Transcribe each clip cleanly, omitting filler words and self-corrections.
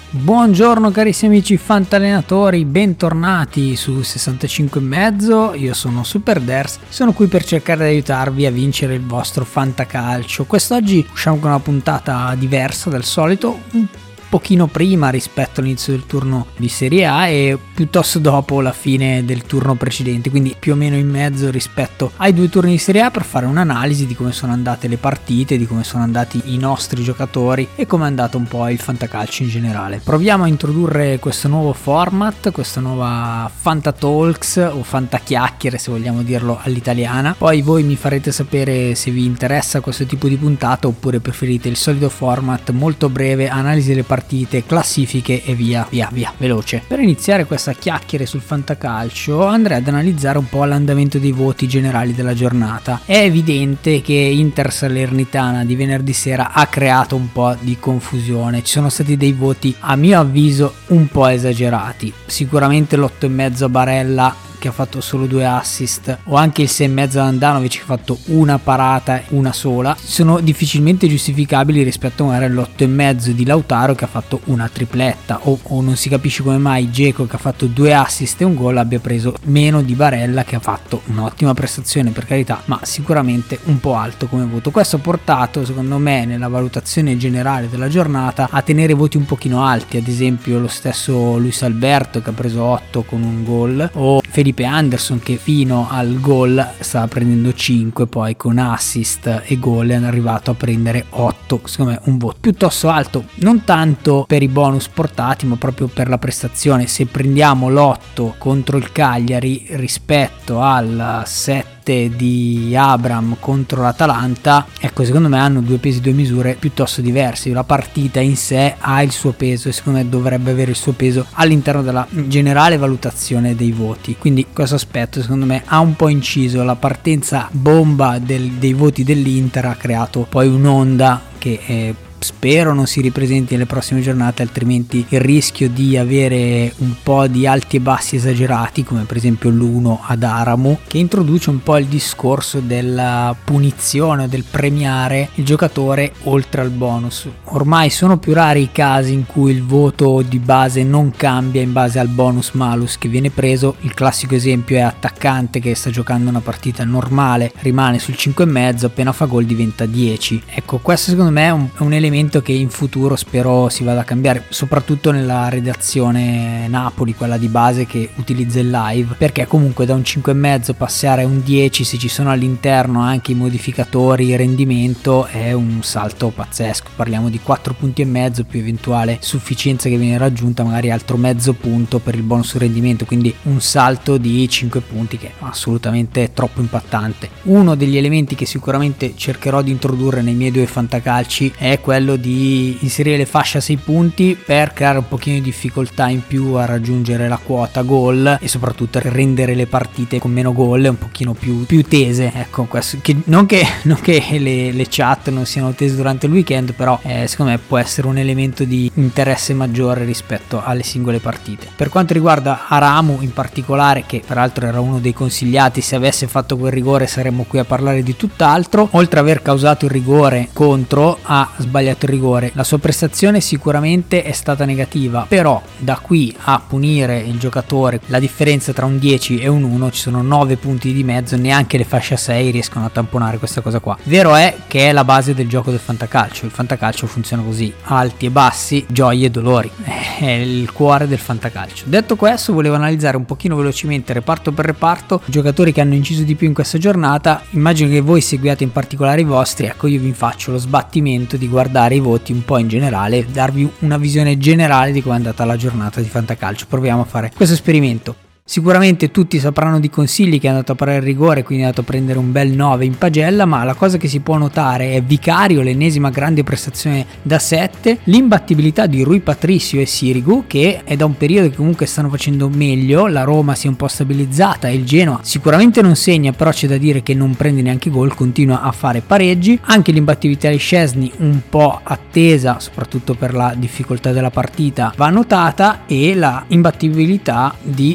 Buongiorno carissimi amici fantallenatori, bentornati su 65,5. Io sono Superders, sono qui per cercare di aiutarvi a vincere il vostro fantacalcio. Quest'oggi usciamo con una puntata diversa dal solito, un pochino prima rispetto all'inizio del turno di Serie A e piuttosto dopo la fine del turno precedente, quindi più o meno in mezzo rispetto ai due turni di Serie A, per fare un'analisi di come sono andate le partite, di come sono andati i nostri giocatori e come è andato un po' il fantacalcio in generale. Proviamo a introdurre questo nuovo format, questa nuova Fantatalks o Fantachiacchiere se vogliamo dirlo all'italiana. Poi voi mi farete sapere se vi interessa questo tipo di puntata oppure preferite il solito format molto breve, analisi delle partite, classifiche e via veloce. Per iniziare questa chiacchiere sul fantacalcio andrei ad analizzare un po' l'andamento dei voti generali della giornata. È evidente che Inter Salernitana di venerdì sera ha creato un po' di confusione, ci sono stati dei voti a mio avviso un po' esagerati, sicuramente l'8,5 a Barella che ha fatto solo 2 assist, o anche il 6,5 Andanovic che ha fatto una parata, una sola, sono difficilmente giustificabili rispetto magari all'8,5 di Lautaro che ha fatto una tripletta, o non si capisce come mai Dzeko che ha fatto 2 assist e un gol abbia preso meno di Barella che ha fatto un'ottima prestazione per carità, ma sicuramente un po' alto come voto. Questo ha portato secondo me nella valutazione generale della giornata a tenere voti un pochino alti, ad esempio lo stesso Luis Alberto che ha preso 8 con un gol, o Felipe Anderson che fino al gol stava prendendo 5, poi con assist e gol è arrivato a prendere 8, secondo me un voto piuttosto alto, non tanto per i bonus portati ma proprio per la prestazione. Se prendiamo l'8 contro il Cagliari rispetto al 7 di Abraham contro l'Atalanta, ecco, secondo me hanno due pesi due misure piuttosto diversi. La partita in sé ha il suo peso e secondo me dovrebbe avere il suo peso all'interno della generale valutazione dei voti, quindi questo aspetto secondo me ha un po' inciso. La partenza bomba dei voti dell'Inter ha creato poi un'onda che spero non si ripresenti nelle prossime giornate, altrimenti il rischio di avere un po' di alti e bassi esagerati, come per esempio l'1 ad Aramu, che introduce un po' il discorso della punizione o del premiare il giocatore oltre al bonus. Ormai sono più rari i casi in cui il voto di base non cambia in base al bonus malus che viene preso. Il classico esempio è attaccante che sta giocando una partita normale, rimane sul 5,5, appena fa gol diventa 10. Ecco, questo secondo me è un elemento che in futuro spero si vada a cambiare, soprattutto nella redazione Napoli, quella di base che utilizza il live, perché comunque da un 5,5 passare a un 10, se ci sono all'interno anche i modificatori rendimento, è un salto pazzesco. Parliamo di 4,5 punti più eventuale sufficienza che viene raggiunta, magari altro mezzo punto per il bonus rendimento, quindi un salto di 5 punti che è assolutamente troppo impattante. Uno degli elementi che sicuramente cercherò di introdurre nei miei due fantacalci è quello di inserire le fasce a 6 punti per creare un pochino di difficoltà in più a raggiungere la quota gol e soprattutto rendere le partite con meno gol un pochino più tese. Ecco, questo non che le chat non siano tese durante il weekend, però secondo me può essere un elemento di interesse maggiore rispetto alle singole partite. Per quanto riguarda Aramu in particolare, che peraltro era uno dei consigliati, se avesse fatto quel rigore saremmo qui a parlare di tutt'altro. Oltre ad aver causato il rigore contro, ha sbagliato il rigore. La sua prestazione sicuramente è stata negativa, però da qui a punire il giocatore, la differenza tra un 10 e un 1 ci sono 9 punti di mezzo, neanche le fasce a 6 riescono a tamponare questa cosa qua. Vero è che è la base del gioco del fantacalcio, il fantacalcio funziona così, alti e bassi, gioie e dolori, è il cuore del fantacalcio. Detto questo, volevo analizzare un pochino velocemente reparto per reparto i giocatori che hanno inciso di più in questa giornata. Immagino che voi seguiate in particolare i vostri, ecco, io vi faccio lo sbattimento di guardare i voti un po' in generale, darvi una visione generale di come è andata la giornata di fantacalcio. Proviamo a fare questo esperimento. Sicuramente tutti sapranno di Consigli che è andato a parare il rigore, quindi è andato a prendere un bel 9 in pagella, ma la cosa che si può notare è Vicario, l'ennesima grande prestazione da 7, l'imbattibilità di Rui Patricio e Sirigu, che è da un periodo che comunque stanno facendo meglio, la Roma si è un po' stabilizzata e il Genoa sicuramente non segna, però c'è da dire che non prende neanche gol, continua a fare pareggi. Anche l'imbattibilità di Szczesny, un po' attesa soprattutto per la difficoltà della partita, va notata, e la imbattibilità di Strakosha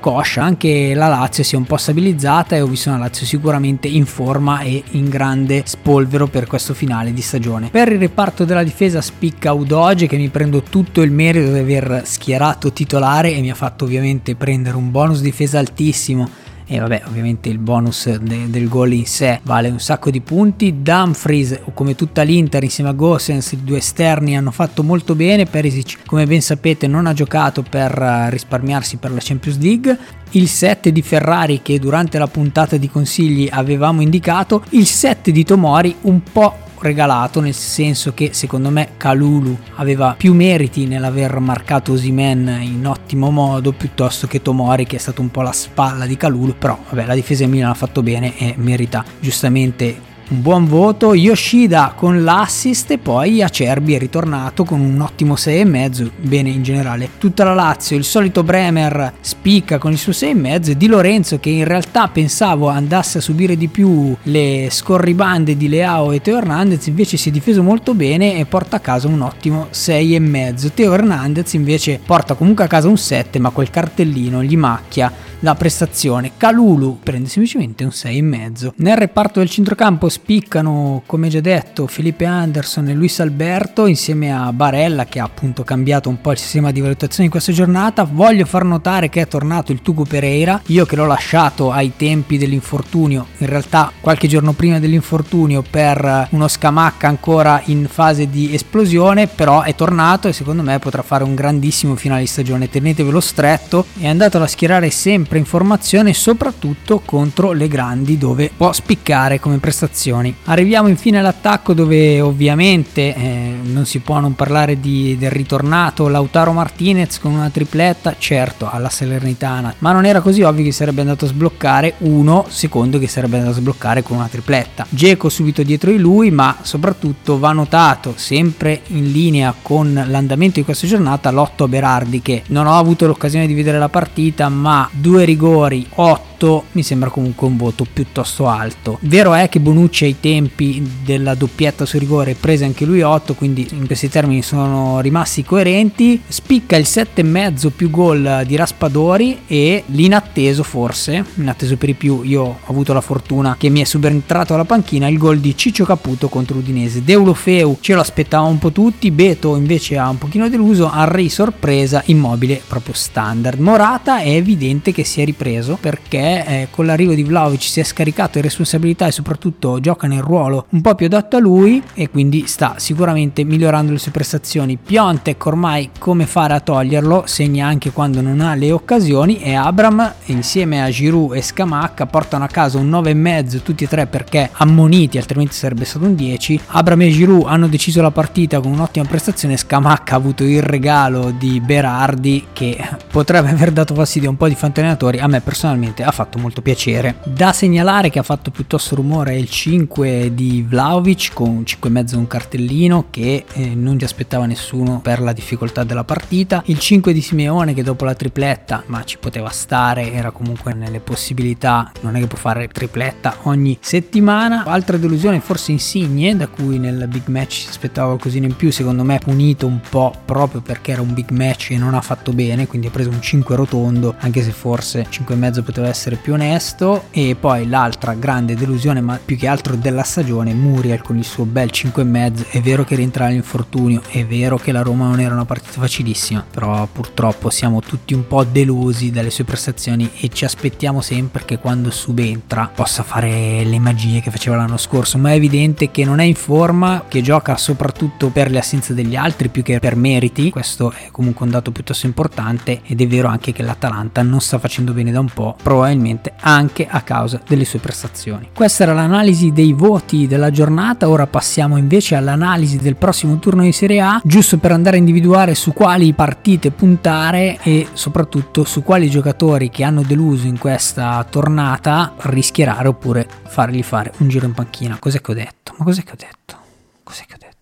scoscia. Anche la Lazio si è un po' stabilizzata e ho visto una Lazio sicuramente in forma e in grande spolvero per questo finale di stagione. Per il reparto della difesa spicca Udogie, che mi prendo tutto il merito di aver schierato titolare e mi ha fatto ovviamente prendere un bonus difesa altissimo. E vabbè, ovviamente il bonus del gol in sé vale un sacco di punti. Dumfries, come tutta l'Inter, insieme a Gosens, i due esterni, hanno fatto molto bene. Perisic, come ben sapete, non ha giocato per risparmiarsi per la Champions League. Il 7 di Ferrari, che durante la puntata di consigli avevamo indicato. Il 7 di Tomori, un po' regalato, nel senso che secondo me Kalulu aveva più meriti nell'aver marcato Osimhen in ottimo modo piuttosto che Tomori, che è stato un po' la spalla di Kalulu. Però vabbè, la difesa del Milan ha fatto bene e merita giustamente un buon voto. Yoshida con l'assist, e poi Acerbi è ritornato con un ottimo 6,5. Bene, in generale tutta la Lazio. Il solito Bremer spicca con il suo 6,5. Di Lorenzo, che in realtà pensavo andasse a subire di più le scorribande di Leao e Teo Hernandez, invece si è difeso molto bene e porta a casa un ottimo 6,5. Teo Hernandez invece porta comunque a casa un 7, ma quel cartellino gli macchia la prestazione. Kalulu prende semplicemente un 6,5. Nel reparto del centrocampo spiccano, come già detto, Felipe Anderson e Luis Alberto, insieme a Barella, che ha appunto cambiato un po' il sistema di valutazione in questa giornata. Voglio far notare che è tornato il Tucu Pereira, io che l'ho lasciato ai tempi dell'infortunio, in realtà qualche giorno prima dell'infortunio, per uno Scamacca ancora in fase di esplosione, però è tornato e secondo me potrà fare un grandissimo finale di stagione. Tenetevelo stretto, è andato a schierare sempre in formazione, soprattutto contro le grandi, dove può spiccare come prestazioni. Arriviamo infine all'attacco, dove ovviamente non si può non parlare del ritornato Lautaro Martinez con una tripletta, certo alla Salernitana, ma non era così ovvio che sarebbe andato a sbloccare uno, secondo che sarebbe andato a sbloccare con una tripletta. Dzeko subito dietro di lui, ma soprattutto va notato, sempre in linea con l'andamento di questa giornata, l'otto Berardi, che non ho avuto l'occasione di vedere la partita, ma 2 rigori, 8 mi sembra comunque un voto piuttosto alto. Vero è che Bonucci ai tempi della doppietta su rigore prese anche lui 8, quindi in questi termini sono rimasti coerenti. Spicca il 7,5 più gol di Raspadori e l'inatteso, forse inatteso per i più, io ho avuto la fortuna che mi è subentrato alla panchina, il gol di Ciccio Caputo contro Udinese. Deulofeu ce lo aspettavamo un po' tutti, Beto invece ha un pochino deluso, Henry sorpresa, Immobile proprio standard. Morata è evidente che si è ripreso, perché con l'arrivo di Vlahovic si è scaricato di responsabilità e soprattutto gioca nel ruolo un po' più adatto a lui, e quindi sta sicuramente migliorando le sue prestazioni. Piontek ormai come fare a toglierlo, segna anche quando non ha le occasioni, e Abraham insieme a Giroud e Scamacca portano a casa un 9,5 tutti e tre, perché ammoniti, altrimenti sarebbe stato un 10. Abraham e Giroud hanno deciso la partita con un'ottima prestazione. Scamacca ha avuto il regalo di Berardi, che potrebbe aver dato fastidio a un po' di fantallenatori, a me personalmente ha fatto molto piacere. Da segnalare che ha fatto piuttosto rumore il 5 di Vlahovic con un 5,5, un cartellino che non ti aspettava nessuno per la difficoltà della partita. Il 5 di Simeone, che dopo la tripletta, ma ci poteva stare, era comunque nelle possibilità, non è che può fare tripletta ogni settimana. Altra delusione forse Insigne, da cui nel big match si aspettava qualcosina in più, secondo me punito un po' proprio perché era un big match e non ha fatto bene, quindi ha preso un 5 rotondo, anche se forse 5,5 poteva essere più onesto. E poi l'altra grande delusione, ma più che altro della stagione, Muriel con il suo bel 5,5. È vero che rientra all'infortunio, è vero che la Roma non era una partita facilissima, però purtroppo siamo tutti un po' delusi dalle sue prestazioni e ci aspettiamo sempre che quando subentra possa fare le magie che faceva l'anno scorso, ma è evidente che non è in forma, che gioca soprattutto per le assenze degli altri più che per meriti. Questo è comunque un dato piuttosto importante, ed è vero anche che l'Atalanta non sta facendo bene da un po', probabilmente anche a causa delle sue prestazioni. Questa era l'analisi dei voti della giornata. Ora passiamo invece all'analisi del prossimo turno di Serie A, giusto per andare a individuare su quali partite puntare e soprattutto su quali giocatori che hanno deluso in questa tornata rischierare oppure fargli fare un giro in panchina. Cos'è che ho detto? Ma cos'è che ho detto? Cos'è che ho detto?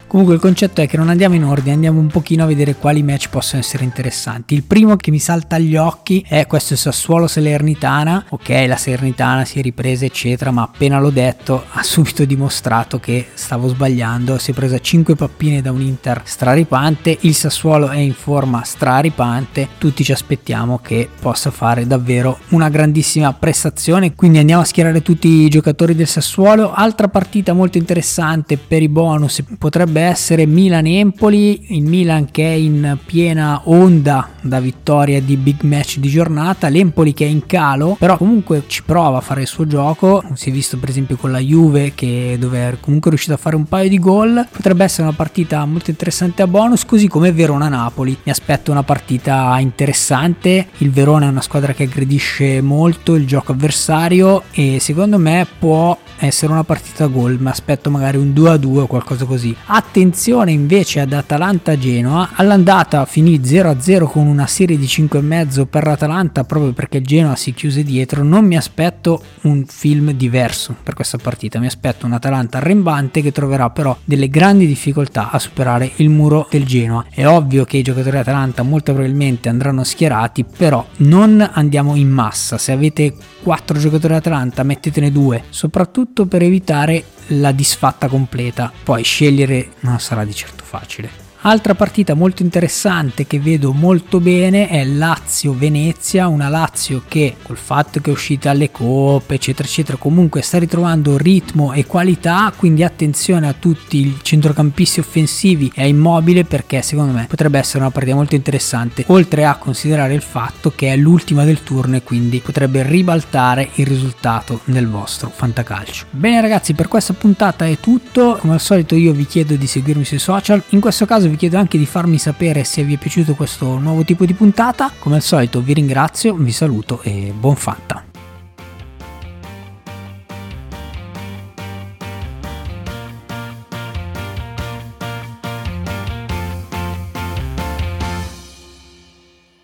Comunque il concetto è che non andiamo in ordine, andiamo un pochino a vedere quali match possono essere interessanti. Il primo che mi salta agli occhi è questo Sassuolo-Salernitana. Ok, la Salernitana si è ripresa eccetera, ma appena l'ho detto ha subito dimostrato che stavo sbagliando. Si è presa 5 pappine da un Inter straripante, il Sassuolo è in forma straripante, tutti ci aspettiamo che possa fare davvero una grandissima prestazione, quindi andiamo a schierare tutti i giocatori del Sassuolo. Altra partita molto interessante per i bonus potrebbe essere Milan-Empoli, il Milan che è in piena onda da vittoria di big match di giornata, l'Empoli che è in calo però comunque ci prova a fare il suo gioco, si è visto per esempio con la Juve dove è comunque riuscito a fare un paio di gol. Potrebbe essere una partita molto interessante a bonus, così come Verona-Napoli. Mi aspetto una partita interessante, il Verona è una squadra che aggredisce molto il gioco avversario e secondo me può essere una partita a gol, mi aspetto magari un 2-2 o qualcosa così. Attenzione invece ad Atalanta-Genoa, all'andata finì 0-0 con una serie di 5,5 per l'Atalanta proprio perché il Genoa si chiuse dietro. Non mi aspetto un film diverso per questa partita, mi aspetto un Atalanta arrembante che troverà però delle grandi difficoltà a superare il muro del Genoa. È ovvio che i giocatori Atalanta molto probabilmente andranno schierati, però non andiamo in massa. Se avete 4 giocatori Atalanta mettetene 2, soprattutto per evitare la disfatta completa, poi scegliere non sarà di certo facile. Altra partita molto interessante che vedo molto bene è Lazio-Venezia, una Lazio che col fatto che è uscita alle coppe eccetera eccetera comunque sta ritrovando ritmo e qualità, quindi attenzione a tutti i centrocampisti offensivi e a Immobile perché secondo me potrebbe essere una partita molto interessante, oltre a considerare il fatto che è l'ultima del turno e quindi potrebbe ribaltare il risultato nel vostro fantacalcio. Bene ragazzi, per questa puntata è tutto, come al solito io vi chiedo di seguirmi sui social, in questo caso vi chiedo anche di farmi sapere se vi è piaciuto questo nuovo tipo di puntata. Come al solito vi ringrazio, vi saluto e buon fanta.